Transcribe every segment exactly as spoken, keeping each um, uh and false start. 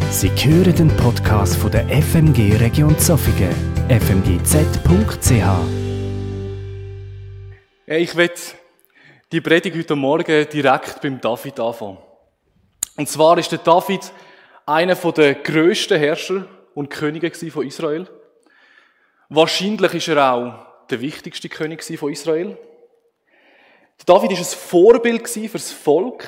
Sie hören den Podcast von der F M G Region Zofingen, f m g z punkt c h. Ich will die Predigt heute Morgen direkt beim David anfangen. Und zwar ist der David einer der grössten Herrscher und Könige von Israel. Wahrscheinlich ist er auch der wichtigste König von Israel. Der David war ein Vorbild für das Volk.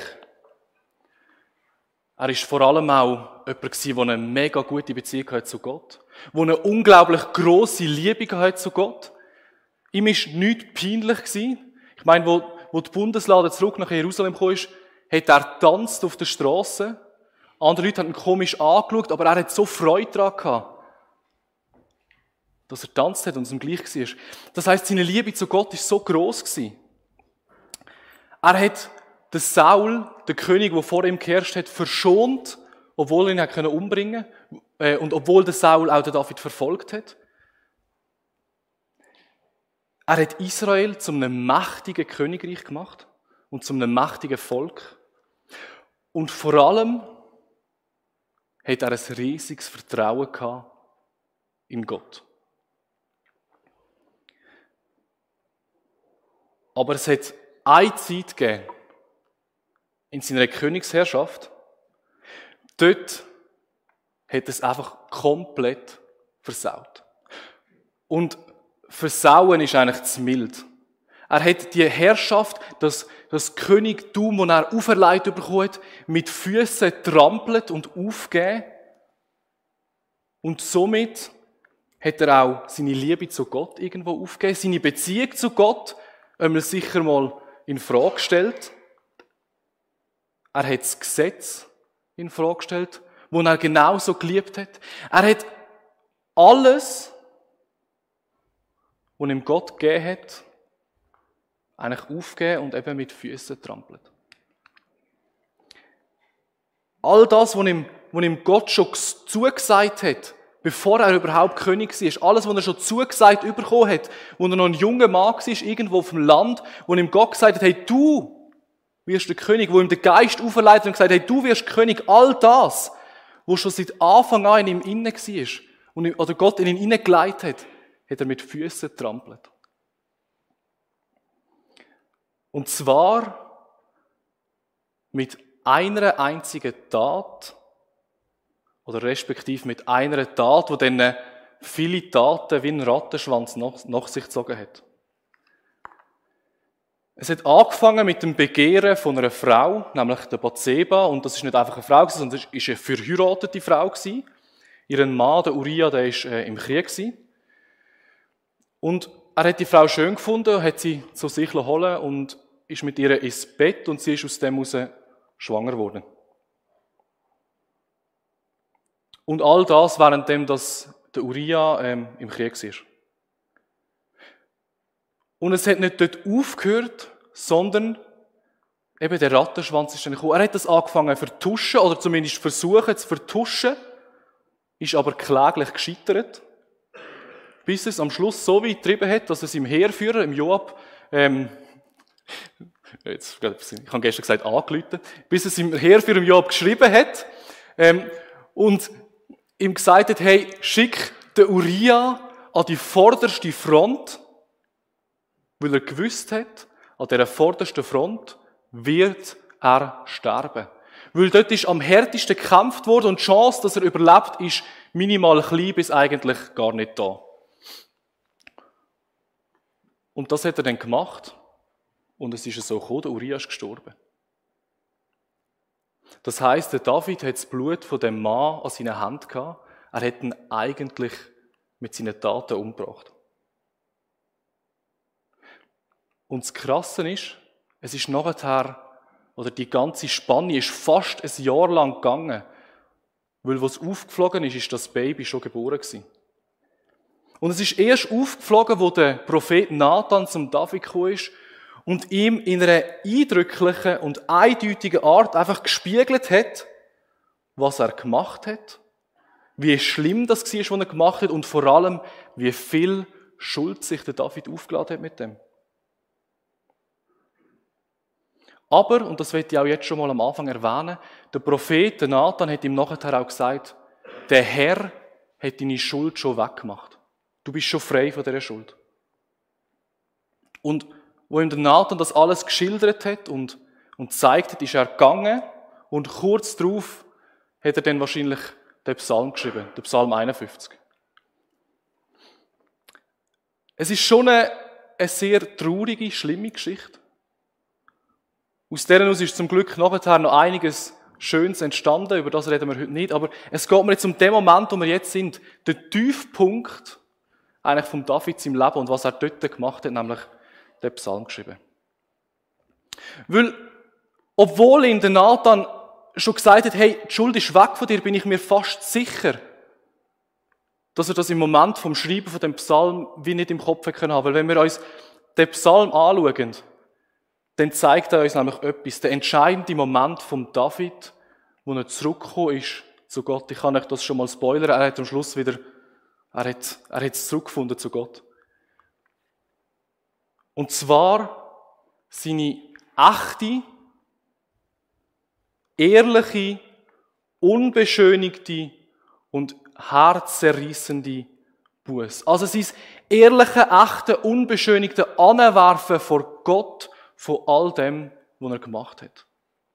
Er war vor allem auch jemand, der eine mega gute Beziehung hat zu Gott, der eine unglaublich grosse Liebe hat zu Gott. Ihm war nichts peinlich. Ich meine, wo, wo die Bundeslade zurück nach Jerusalem kam, hat er getanzt auf der Strasse. Andere Leute haben ihn komisch angeschaut, aber er hat so Freude daran gehabt, dass er getanzt hat und es ihm gleich war. Das heisst, seine Liebe zu Gott war so gross gewesen. Er hat den Saul, den König, der vor ihm geherrscht hat, verschont, obwohl er ihn umbringen konnte, und obwohl der Saul auch den David verfolgt hat. Er hat Israel zu einem mächtigen Königreich gemacht und zu einem mächtigen Volk. Und vor allem hat er ein riesiges Vertrauen gehabt in Gott. Aber es hat eine Zeit gegeben, in seiner Königsherrschaft, dort hat es einfach komplett versaut. Und versauen ist eigentlich zu mild. Er hat die Herrschaft, das, das Königtum, das er auferlegt bekommen hat, mit Füssen trampelt und aufgegeben. Und somit hat er auch seine Liebe zu Gott irgendwo aufgegeben, seine Beziehung zu Gott einmal sicher mal in Frage gestellt. Er hat das Gesetz in Frage gestellt, das er genauso geliebt hat. Er hat alles, was ihm Gott gegeben hat, eigentlich aufgegeben und eben mit Füßen trampelt. All das, was ihm, was ihm Gott schon zugesagt hat, bevor er überhaupt König war, alles, was er schon zugesagt bekommen hat, als er noch ein junger Mann war, irgendwo auf dem Land, wo ihm Gott gesagt hat, hey, du wirst der König, wo ihm der Geist auferleitet und gesagt hat, hey, du wirst König, all das, was schon seit Anfang an in ihm innen war, und, oder Gott in ihn hineingeleitet hat, hat er mit Füßen getrampelt. Und zwar mit einer einzigen Tat, oder respektive mit einer Tat, die dann viele Taten wie ein Rattenschwanz nach, nach sich gezogen hat. Es hat angefangen mit dem Begehren von einer Frau, nämlich der Bathseba, und das ist nicht einfach eine Frau, sondern es war eine verheiratete Frau. Ihr Mann, der Uria, der war äh, im Krieg. Und er hat die Frau schön gefunden, hat sie zu sich holen und ist mit ihr ins Bett und sie ist aus dem heraus schwanger geworden. Und all das, währenddem das der Uria ähm, im Krieg war. Und es hat nicht dort aufgehört, sondern eben der Rattenschwanz ist dann gekommen. Er hat das angefangen zu vertuschen, oder zumindest versuchen zu vertuschen, ist aber kläglich gescheitert, bis es am Schluss so weit getrieben hat, dass es im Heerführer, im Joab, ähm, jetzt, ich habe gestern gesagt, angerufen, bis es im Heerführer, im Joab geschrieben hat, ähm, und ihm gesagt hat, hey, schick den Uria an die vorderste Front, weil er gewusst hat, an dieser vordersten Front wird er sterben. Weil dort ist am härtesten gekämpft worden und die Chance, dass er überlebt, ist minimal klein bis eigentlich gar nicht da. Und das hat er dann gemacht und es ist so gekommen, der Uria ist gestorben. Das heisst, der David hat das Blut von dem Mann an seinen Händen gehabt. Er hat ihn eigentlich mit seinen Taten umgebracht. Und das Krasse ist, es ist nachher, oder die ganze Spanne ist fast ein Jahr lang gegangen, weil was aufgeflogen ist, ist das Baby schon geboren gewesen. Und es ist erst aufgeflogen, wo der Prophet Nathan zum David gekommen ist und ihm in einer eindrücklichen und eindeutigen Art einfach gespiegelt hat, was er gemacht hat, wie schlimm das war, was er gemacht hat und vor allem, wie viel Schuld sich der David aufgeladen hat mit dem. Aber, und das möchte ich auch jetzt schon mal am Anfang erwähnen, der Prophet, der Nathan, hat ihm nachher auch gesagt, der Herr hat deine Schuld schon weggemacht. Du bist schon frei von dieser Schuld. Und wo ihm der Nathan das alles geschildert hat und, und gezeigt hat, ist er gegangen und kurz darauf hat er dann wahrscheinlich den Psalm geschrieben, den Psalm einundfünfzig. Es ist schon eine, eine sehr traurige, schlimme Geschichte. Aus dieser aus ist zum Glück nachher noch einiges Schönes entstanden, über das reden wir heute nicht, aber es geht mir jetzt um den Moment, wo wir jetzt sind, der Tiefpunkt eigentlich von David im Leben und was er dort gemacht hat, nämlich den Psalm geschrieben. Weil, obwohl ihm der Nathan schon gesagt hat, hey, die Schuld ist weg von dir, bin ich mir fast sicher, dass er das im Moment vom Schreiben von dem Psalm wie nicht im Kopf haben können. Weil wenn wir uns den Psalm anschauen, dann zeigt er uns nämlich etwas. Der entscheidende Moment von David, wo er zurückgekommen ist zu Gott. Ich kann euch das schon mal spoilern. Er hat am Schluss wieder, er hat, er hat zurückgefunden zu Gott. Und zwar seine echte, ehrliche, unbeschönigte und herzzerreissende Buße. Also sein ehrliche, echte, unbeschönigte Anwerfen vor Gott von all dem, was er gemacht hat.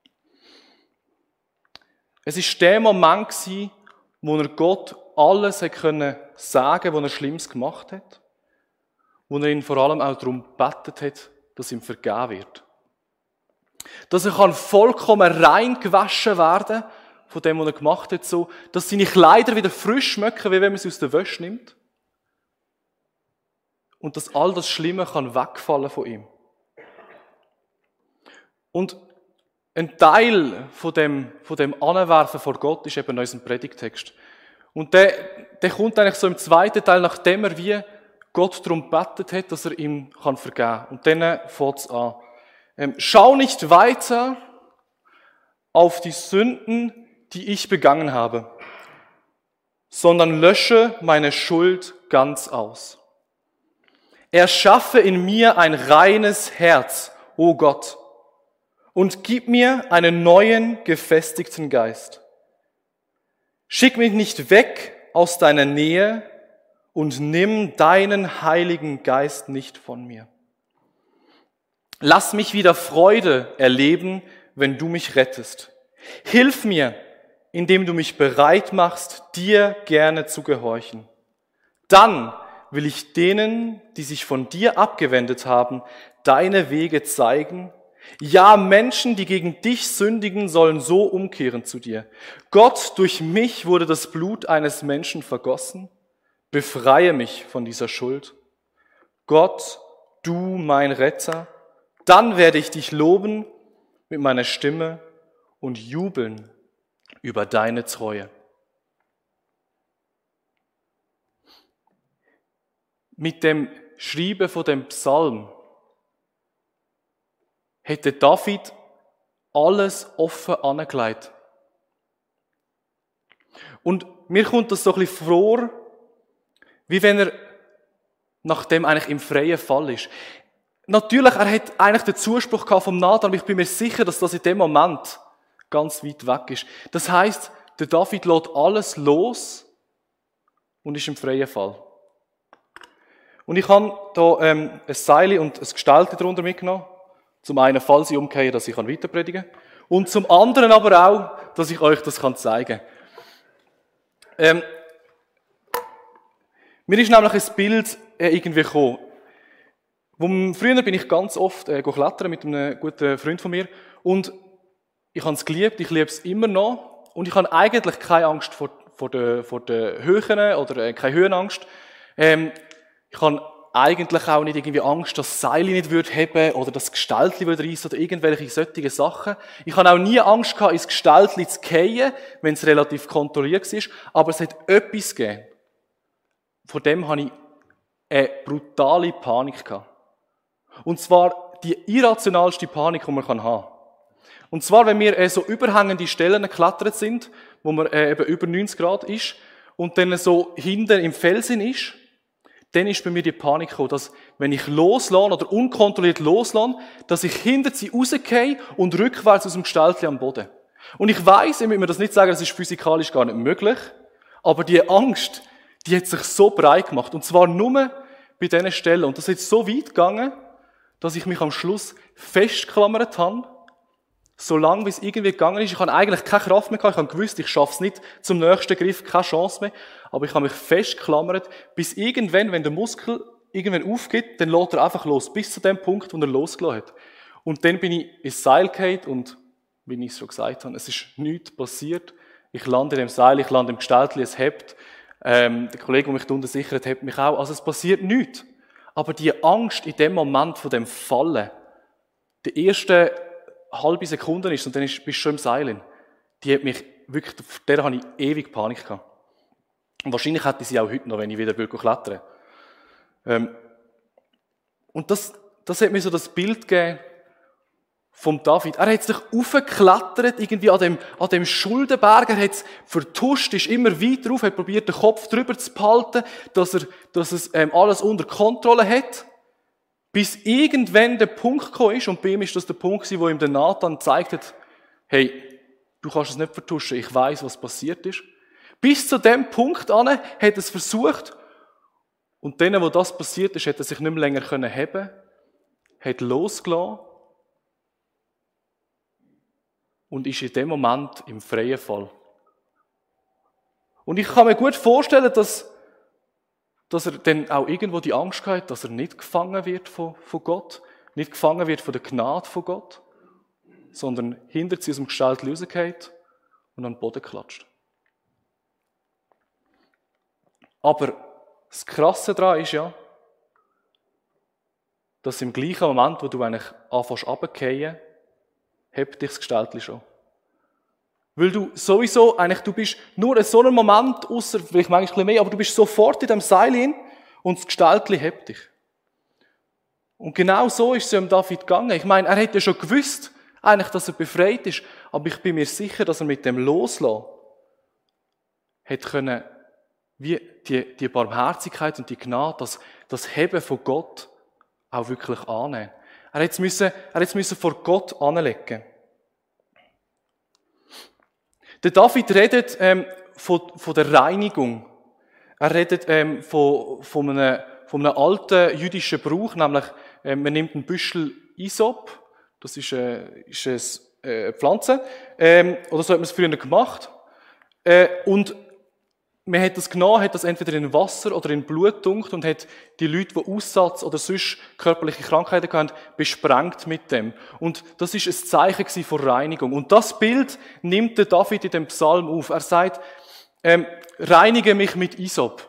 Es war der Moment, wo er Gott alles sagen konnte, was er Schlimmes gemacht hat, wo er ihn vor allem auch darum gebeten hat, dass ihm vergeben wird. Dass er kann vollkommen rein gewaschen werden von dem, was er gemacht hat, so, dass seine Kleider wieder frisch schmecken, wie wenn man sie aus der Wäsche nimmt. Und dass all das Schlimme kann wegfallen von ihm. Und ein Teil von dem, von dem Anwerfen vor Gott ist eben unser Predigtext. Und der, der kommt eigentlich so im zweiten Teil, nachdem er wie Gott darum gebetet hat, dass er ihm kann vergeben kann. Und dann fängt es an. Ähm, Schau nicht weiter auf die Sünden, die ich begangen habe, sondern lösche meine Schuld ganz aus. Erschaffe in mir ein reines Herz, o Gott, und gib mir einen neuen, gefestigten Geist. Schick mich nicht weg aus deiner Nähe und nimm deinen Heiligen Geist nicht von mir. Lass mich wieder Freude erleben, wenn du mich rettest. Hilf mir, indem du mich bereit machst, dir gerne zu gehorchen. Dann will ich denen, die sich von dir abgewendet haben, deine Wege zeigen. Ja, Menschen, die gegen dich sündigen, sollen so umkehren zu dir. Gott, durch mich wurde das Blut eines Menschen vergossen. Befreie mich von dieser Schuld. Gott, du mein Retter, dann werde ich dich loben mit meiner Stimme und jubeln über deine Treue. Mit dem Schreiben von dem Psalm hätte David alles offen angelegt. Und mir kommt das so ein bisschen vor, wie wenn er nachdem eigentlich im freien Fall ist. Natürlich, er hat eigentlich den Zuspruch gehabt vom Nathan, aber ich bin mir sicher, dass das in dem Moment ganz weit weg ist. Das heisst, der David lässt alles los und ist im freien Fall. Und ich habe hier ähm, ein Seil und ein Gestell darunter mitgenommen. Zum einen, falls ich umkehre, dass ich weiter predigen kann. Und zum anderen aber auch, dass ich euch das zeigen kann. Ähm, mir ist nämlich ein Bild äh, irgendwie gekommen. Wo, früher bin ich ganz oft äh, klettern mit einem guten Freund von mir. Und ich habe es geliebt, ich liebe es immer noch. Und ich habe eigentlich keine Angst vor, vor den vor der Höhen oder äh, keine Höhenangst. Ähm, ich habe eigentlich auch nicht irgendwie Angst, dass das Seil nicht würde heben oder das Gestaltli würde reissen oder irgendwelche solche Sachen. Ich habe auch nie Angst gehabt, ins Gestaltli zu fallen, wenn es relativ kontrolliert war. Aber es hat etwas gegeben. Von dem habe ich eine brutale Panik gehabt. Und zwar die irrationalste Panik, die man haben kann. Und zwar, wenn wir äh, so überhängende Stellen geklettert sind, wo man äh, eben über neunzig Grad ist und dann so hinten im Felsen ist, dann ist bei mir die Panik gekommen, dass, wenn ich loslasse oder unkontrolliert loslasse, dass ich hinter sie rausgehe und rückwärts aus dem Gestaltli am Boden. Und ich weiss, ich will mir das nicht sagen, das ist physikalisch gar nicht möglich, aber die Angst, die hat sich so breit gemacht. Und zwar nur bei diesen Stellen. Und das ist jetzt so weit gegangen, dass ich mich am Schluss festgeklammert habe, so lange wie es irgendwie gegangen ist. Ich habe eigentlich keine Kraft mehr gehabt. Ich habe gewusst, ich schaffe es nicht zum nächsten Griff, keine Chance mehr. Aber ich habe mich festgeklammert, bis irgendwann, wenn der Muskel irgendwann aufgeht, dann lässt er einfach los. Bis zu dem Punkt, wo er losgelassen hat. Und dann bin ich ins Seil gefallen und, wie ich es schon gesagt habe, es ist nichts passiert. Ich lande in dem Seil, ich lande im Gestaltli, es hebt. Ähm, der Kollege, der mich da unten sichert, hebt mich auch. Also es passiert nichts. Aber die Angst in dem Moment von dem Fallen, die erste halbe Sekunde ist und dann ist, bist du schon im Seil, die hat mich wirklich, auf der habe ich ewig Panik gehabt. Und wahrscheinlich hätte ich sie auch heute noch, wenn ich wieder klettern würde. Ähm, und das, das hat mir so das Bild gegeben vom David. Er hat sich aufgeklettert, irgendwie an dem, an dem Schuldenberg. Er hat es vertuscht, ist immer weiter rauf, hat probiert, den Kopf drüber zu behalten, dass er, dass es ähm, alles unter Kontrolle hat. Bis irgendwann der Punkt gekommen ist, und bei ihm ist das der Punkt, wo ihm der Nathan gezeigt hat, hey, du kannst es nicht vertuschen, ich weiss, was passiert ist. Bis zu dem Punkt an hat er es versucht, und denen, wo das passiert ist, hat er sich nicht mehr länger können heben, hat losgelassen und ist in dem Moment im freien Fall. Und ich kann mir gut vorstellen, dass dass er dann auch irgendwo die Angst hat, dass er nicht gefangen wird von, von Gott, nicht gefangen wird von der Gnade von Gott, sondern hinter sie aus dem Gestalt rausgeht und an den Boden klatscht. Aber das Krasse daran ist ja, dass im gleichen Moment, wo du eigentlich anfängst runterzufallen, hebt dich das Gestalt schon. Weil du sowieso, eigentlich, du bist nur in so einem Moment, ausser vielleicht manchmal ein bisschen mehr, aber du bist sofort in dem Seil hin und das Gestaltli hebt dich. Und genau so ist es ja um David gegangen. Ich meine, er hätte ja schon gewusst, eigentlich, dass er befreit ist, aber ich bin mir sicher, dass er mit dem Loslassen hätte können, wie die, die Barmherzigkeit und die Gnade, das, das Heben von Gott auch wirklich annehmen. Er hätte es müssen, er hätte es müssen vor Gott anlegen. Der David redet ähm, von, von der Reinigung. Er redet ähm, von, von, einem, von einem alten jüdischen Brauch, nämlich ähm, man nimmt ein Büschel Isop, das ist, äh, ist eine äh, Pflanze, ähm, oder so hat man es früher gemacht, äh, und man hat das genommen, hat das entweder in Wasser oder in Blut getunkt und hat die Leute, die Aussatz oder sonst körperliche Krankheiten hatten, besprengt mit dem. Und das ist ein Zeichen von Reinigung. Und das Bild nimmt der David in dem Psalm auf. Er sagt, ähm, reinige mich mit Isop.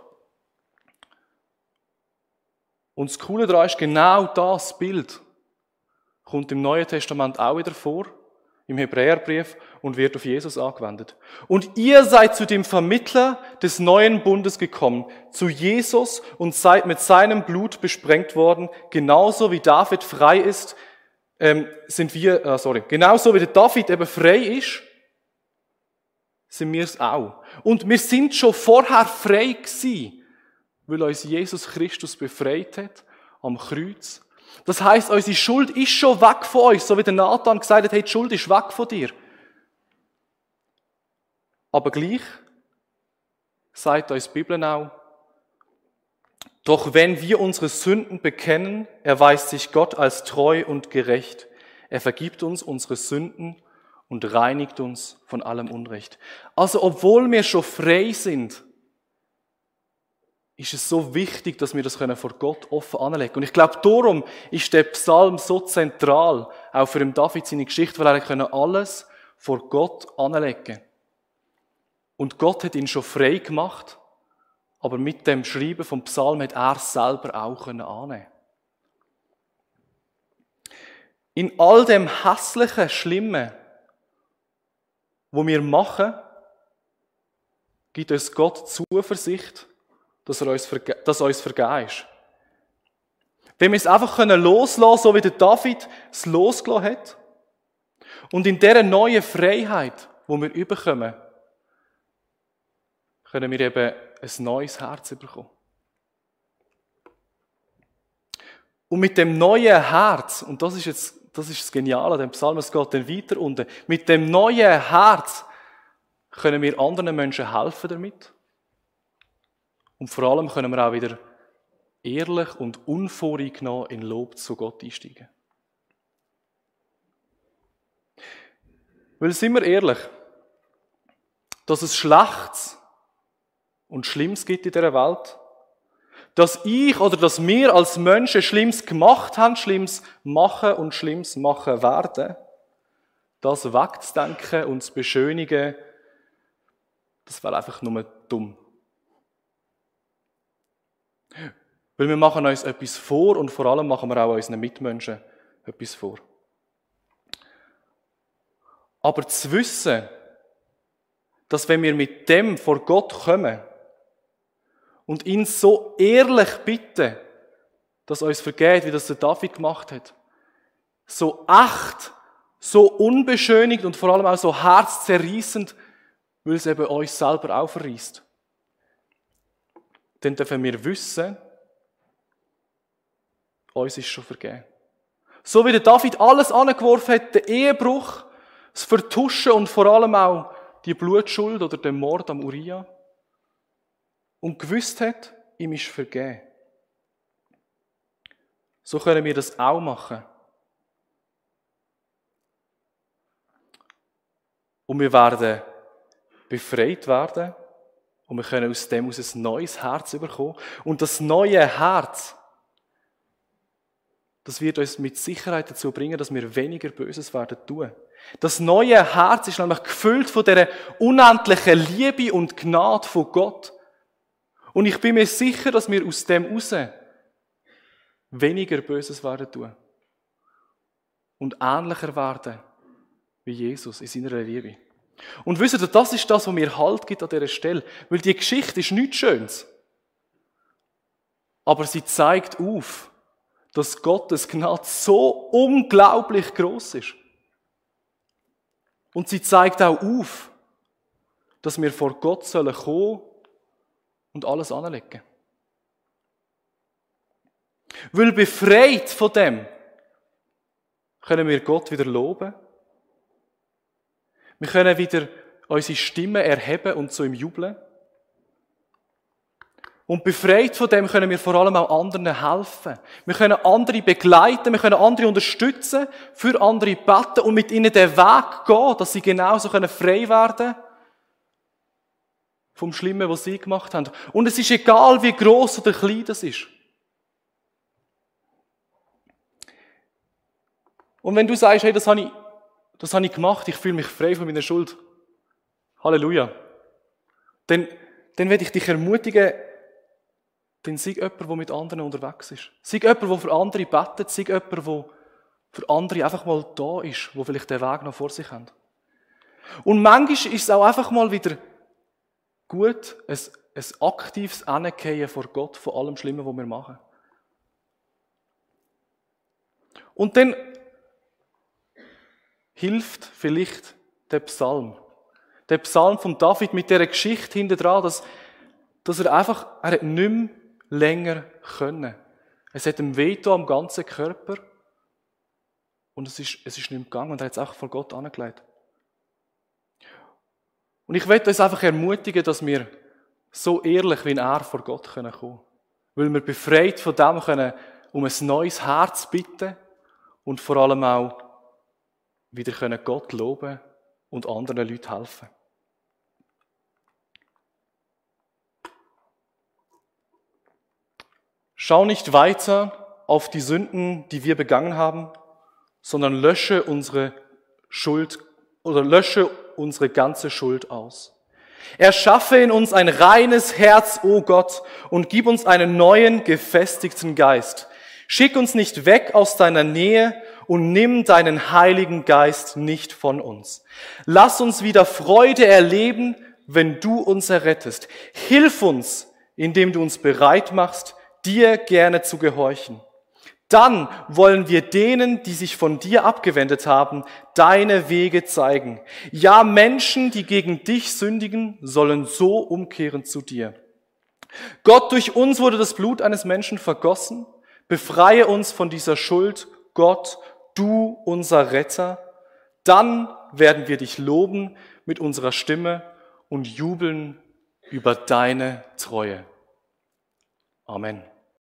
Und das Coole daran ist, genau das Bild kommt im Neuen Testament auch wieder vor, im Hebräerbrief, und wird auf Jesus angewendet. Und ihr seid zu dem Vermittler des neuen Bundes gekommen, zu Jesus, und seid mit seinem Blut besprengt worden, genauso wie David frei ist, ähm, sind wir, äh, sorry, genauso wie der David eben frei ist, sind wir es auch. Und wir sind schon vorher frei gewesen, weil uns Jesus Christus befreit hat am Kreuz. Das heisst, unsere Schuld ist schon weg von uns, so wie der Nathan gesagt hat, hey, die Schuld ist weg von dir. Aber gleich sagt uns die Bibel auch, doch wenn wir unsere Sünden bekennen, erweist sich Gott als treu und gerecht. Er vergibt uns unsere Sünden und reinigt uns von allem Unrecht. Also, obwohl wir schon frei sind, ist es so wichtig, dass wir das vor Gott offen anlegen können. Und ich glaube, darum ist der Psalm so zentral, auch für den David seine Geschichte, weil er alles vor Gott anlegen kann. Und Gott hat ihn schon frei gemacht, aber mit dem Schreiben vom Psalm hat er es selber auch annehmen. In all dem Hässlichen, Schlimmen, wo wir machen, gibt uns Gott Zuversicht, dass er uns, verge- dass uns vergeben ist. Wenn wir es einfach loslassen können, so wie der David es losgelassen hat, und in dieser neuen Freiheit, die wir überkommen, können wir eben ein neues Herz bekommen. Und mit dem neuen Herz, und das ist jetzt, das ist das Geniale an dem Psalm, es geht dann weiter unten, mit dem neuen Herz können wir anderen Menschen helfen damit. Und vor allem können wir auch wieder ehrlich und unvoreingenommen in Lob zu Gott einsteigen. Weil, sind wir ehrlich, dass es Schlechtes und Schlimmes gibt in dieser Welt, dass ich oder dass wir als Menschen Schlimmes gemacht haben, Schlimmes machen und Schlimmes machen werden, das wegzudenken und zu beschönigen, das wäre einfach nur dumm. Weil wir machen uns etwas vor und vor allem machen wir auch unseren Mitmenschen etwas vor. Aber zu wissen, dass wenn wir mit dem vor Gott kommen und ihn so ehrlich bitten, dass er uns vergeht, wie das der David gemacht hat, so echt, so unbeschönigt und vor allem auch so herzzerreißend, weil es eben uns selber auch verreisst, dann dürfen wir wissen, uns ist schon vergeben. So wie der David alles angeworfen hat, den Ehebruch, das Vertuschen und vor allem auch die Blutschuld oder den Mord am Uria, und gewusst hat, ihm ist vergeben. So können wir das auch machen. Und wir werden befreit werden und wir können aus dem aus ein neues Herz bekommen. Und das neue Herz, das wird uns mit Sicherheit dazu bringen, dass wir weniger Böses werden tun. Das neue Herz ist nämlich gefüllt von dieser unendlichen Liebe und Gnade von Gott. Und ich bin mir sicher, dass wir aus dem raus weniger Böses werden tun. Und ähnlicher werden wie Jesus in seiner Liebe. Und wisst ihr, das ist das, was mir Halt gibt an dieser Stelle. Weil die Geschichte ist nichts Schönes. Aber sie zeigt auf, dass Gottes Gnade so unglaublich groß ist. Und sie zeigt auch auf, dass wir vor Gott sollen kommen und alles anlegen. Weil befreit von dem können wir Gott wieder loben. Wir können wieder unsere Stimme erheben und zu ihm jubeln. Und befreit von dem können wir vor allem auch anderen helfen. Wir können andere begleiten, wir können andere unterstützen, für andere beten und mit ihnen den Weg gehen, dass sie genauso frei werden können vom Schlimmen, was sie gemacht haben. Und es ist egal, wie gross oder klein das ist. Und wenn du sagst, hey, das habe ich, das habe ich gemacht, ich fühle mich frei von meiner Schuld. Halleluja. Dann, dann werde ich dich ermutigen, dann sei jemand, der mit anderen unterwegs ist. Sei jemand, der für andere betet, sei jemand, der für andere einfach mal da ist, der vielleicht den Weg noch vor sich hat. Und manchmal ist es auch einfach mal wieder gut, ein, ein aktives Anerkennen vor Gott von allem Schlimmen, was wir machen. Und dann hilft vielleicht der Psalm. Der Psalm von David mit dieser Geschichte hinten dran, dass, dass er einfach, er hat nicht mehr länger können. Es hat ihm wehgetan am ganzen Körper und es ist, es ist nicht mehr gegangen und er hat es auch vor Gott angelegt. Und ich möchte uns einfach ermutigen, dass wir so ehrlich wie er vor Gott kommen können. Weil wir befreit von dem können, um ein neues Herz bitten und vor allem auch wieder können Gott loben und anderen Leuten helfen. Schau nicht weiter auf die Sünden, die wir begangen haben, sondern lösche unsere Schuld oder lösche unsere ganze Schuld aus. Erschaffe in uns ein reines Herz, o Gott, und gib uns einen neuen, gefestigten Geist. Schick uns nicht weg aus deiner Nähe und nimm deinen Heiligen Geist nicht von uns. Lass uns wieder Freude erleben, wenn du uns errettest. Hilf uns, indem du uns bereit machst, dir gerne zu gehorchen. Dann wollen wir denen, die sich von dir abgewendet haben, deine Wege zeigen. Ja, Menschen, die gegen dich sündigen, sollen so umkehren zu dir. Gott, durch uns wurde das Blut eines Menschen vergossen, Befreie uns von dieser Schuld, Gott, du unser Retter. Dann werden wir dich loben mit unserer Stimme und jubeln über deine Treue. Amen.